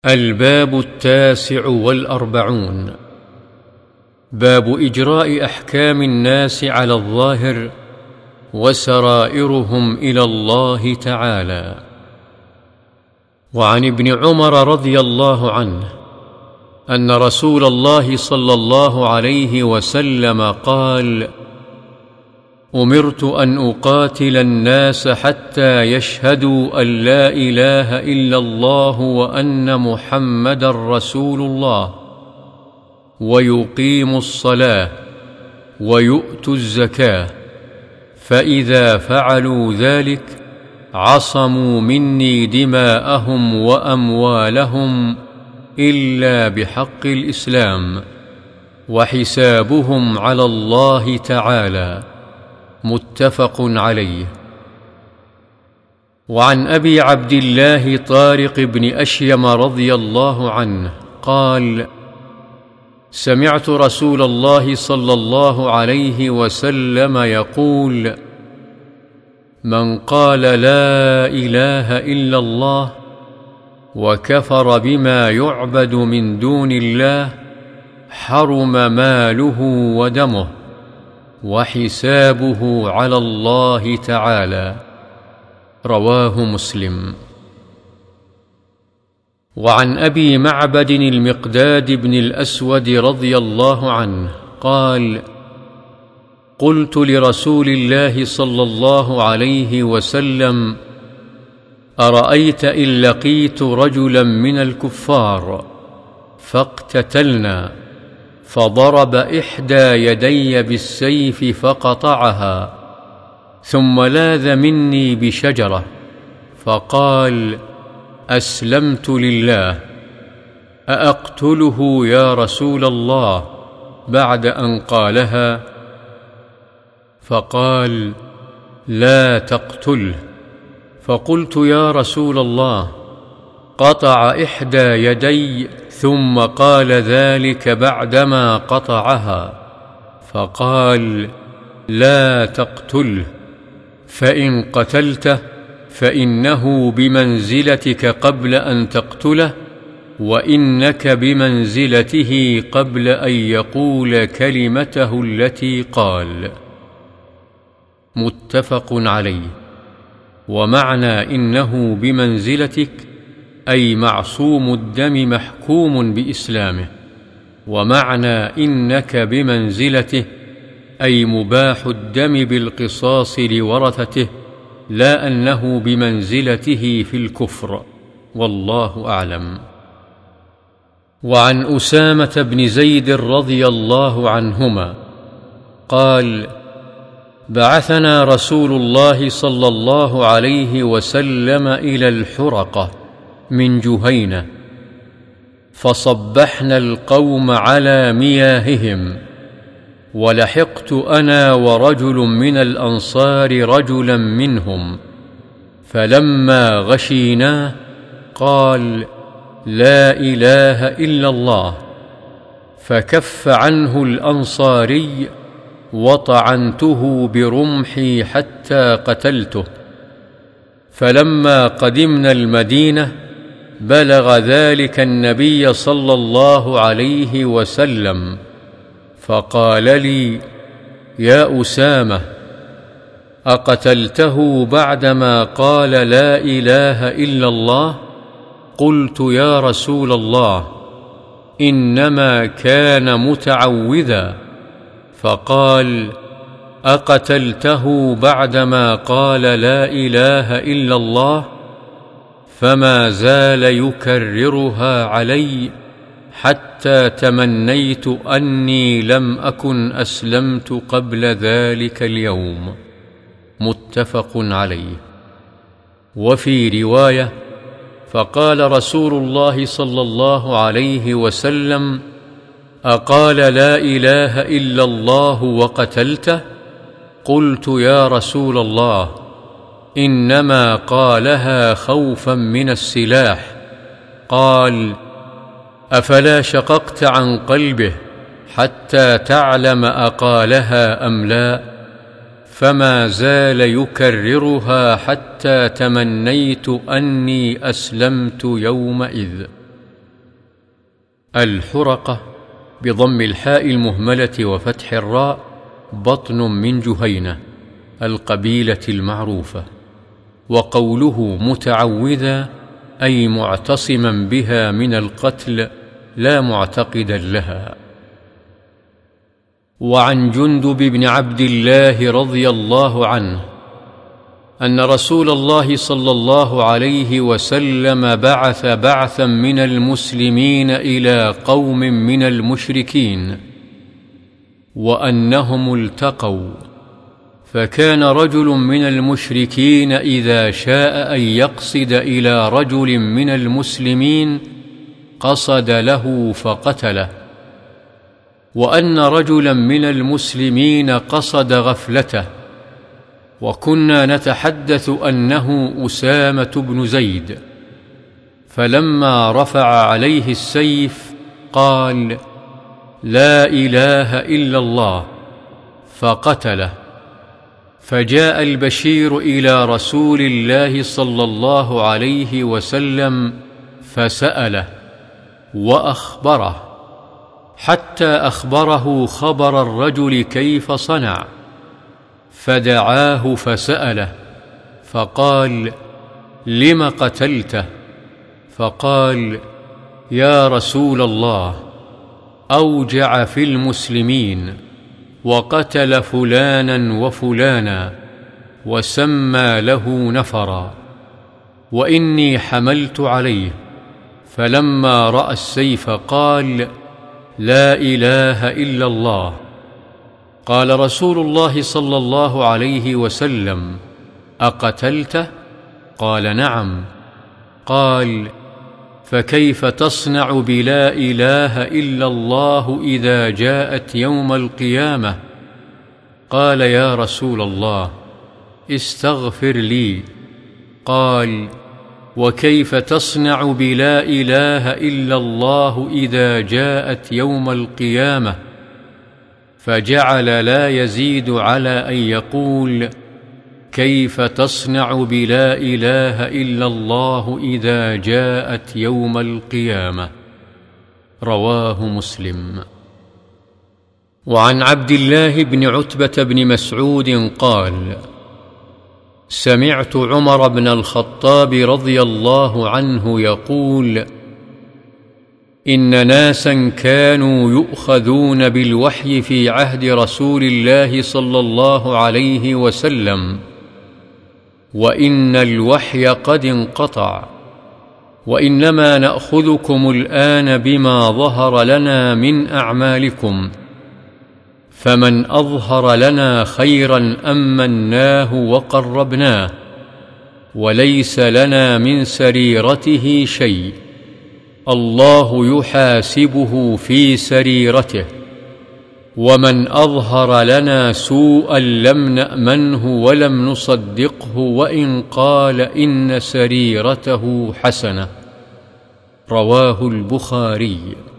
الباب 49. باب إجراء أحكام الناس على الظاهر وسرائرهم إلى الله تعالى. وعن ابن عمر رضي الله عنه أن رسول الله صلى الله عليه وسلم قال: أمرت أن أقاتل الناس حتى يشهدوا أن لا إله إلا الله وأن محمدًا رسول الله، ويقيموا الصلاة ويؤتوا الزكاة، فإذا فعلوا ذلك عصموا مني دماءهم وأموالهم إلا بحق الإسلام، وحسابهم على الله تعالى. متفق عليه. وعن أبي عبد الله طارق بن أشيم رضي الله عنه قال: سمعت رسول الله صلى الله عليه وسلم يقول: من قال لا إله إلا الله وكفر بما يعبد من دون الله حرم ماله ودمه، وحسابه على الله تعالى. رواه مسلم. وعن أبي معبد المقداد بن الأسود رضي الله عنه قال: قلت لرسول الله صلى الله عليه وسلم: أرأيت إن لقيت رجلا من الكفار فاقتتلنا فضرب إحدى يدي بالسيف فقطعها، ثم لاذ مني بشجرة فقال: أسلمت لله، أأقتله يا رسول الله بعد أن قالها؟ فقال: لا تقتله. فقلت: يا رسول الله، قطع إحدى يدي ثم قال ذلك بعدما قطعها. فقال: لا تقتله، فإن قتلته فإنه بمنزلتك قبل أن تقتله، وإنك بمنزلته قبل أن يقول كلمته التي قال. متفق عليه. ومعنى إنه بمنزلتك أي معصوم الدم محكوم بإسلامه، ومعنى إنك بمنزلته أي مباح الدم بالقصاص لورثته، لا أنه بمنزلته في الكفر، والله أعلم. وعن أسامة بن زيد رضي الله عنهما قال: بعثنا رسول الله صلى الله عليه وسلم إلى الحرقة من جهينة، فصبحنا القوم على مياههم، ولحقت أنا ورجل من الأنصار رجلا منهم، فلما غشيناه قال: لا إله إلا الله، فكف عنه الأنصاري، وطعنته برمحي حتى قتلته. فلما قدمنا المدينة بلغ ذلك النبي صلى الله عليه وسلم، فقال لي: يا أسامة، أقتلته بعدما قال لا إله إلا الله؟ قلت: يا رسول الله، إنما كان متعوذا. فقال: أقتلته بعدما قال لا إله إلا الله؟ فما زال يكررها علي حتى تمنيت أني لم أكن أسلمت قبل ذلك اليوم. متفق عليه. وفي رواية: فقال رسول الله صلى الله عليه وسلم: أقال لا إله إلا الله وقتلته؟ قلت: يا رسول الله، إنما قالها خوفا من السلاح. قال: أفلا شققت عن قلبه حتى تعلم أقالها أم لا؟ فما زال يكررها حتى تمنيت أني أسلمت يومئذ. الحرقة بضم الحاء المهملة وفتح الراء بطن من جهينة القبيلة المعروفة. وقوله متعوذا أي معتصما بها من القتل لا معتقدا لها. وعن جندب بن عبد الله رضي الله عنه أن رسول الله صلى الله عليه وسلم بعث بعثا من المسلمين إلى قوم من المشركين وأنهم التقوا، فكان رجل من المشركين إذا شاء أن يقصد إلى رجل من المسلمين قصد له فقتله، وأن رجلا من المسلمين قصد غفلته، وكنا نتحدث أنه أسامة بن زيد، فلما رفع عليه السيف قال: لا إله إلا الله، فقتله. فجاء البشير إلى رسول الله صلى الله عليه وسلم فسأله وأخبره، حتى أخبره خبر الرجل كيف صنع، فدعاه فسأله فقال: لم قتلته؟ فقال: يا رسول الله، أوجع في المسلمين وقتل فلانا وفلانا وسمى له نفرا، وإني حملت عليه، فلما رأى السيف قال: لا إله إلا الله. قال رسول الله صلى الله عليه وسلم: أقتلته؟ قال: نعم. قال: فكيف تصنع بلا إله إلا الله إذا جاءت يوم القيامة؟ قال: يا رسول الله، استغفر لي. قال: وكيف تصنع بلا إله إلا الله إذا جاءت يوم القيامة؟ فجعل لا يزيد على أن يقول: كيف تصنع بلا إله إلا الله إذا جاءت يوم القيامة؟ رواه مسلم. وعن عبد الله بن عتبة بن مسعود قال: سمعت عمر بن الخطاب رضي الله عنه يقول: إن ناسا كانوا يؤخذون بالوحي في عهد رسول الله صلى الله عليه وسلم، وإن الوحي قد انقطع، وإنما نأخذكم الآن بما ظهر لنا من أعمالكم، فمن أظهر لنا خيرا أمناه وقربناه، وليس لنا من سريرته شيء، الله يحاسبه في سريرته، ومن أظهر لنا سوءا لم نأمنه ولم نصدقه وإن قال إن سريرته حسنة. رواه البخاري.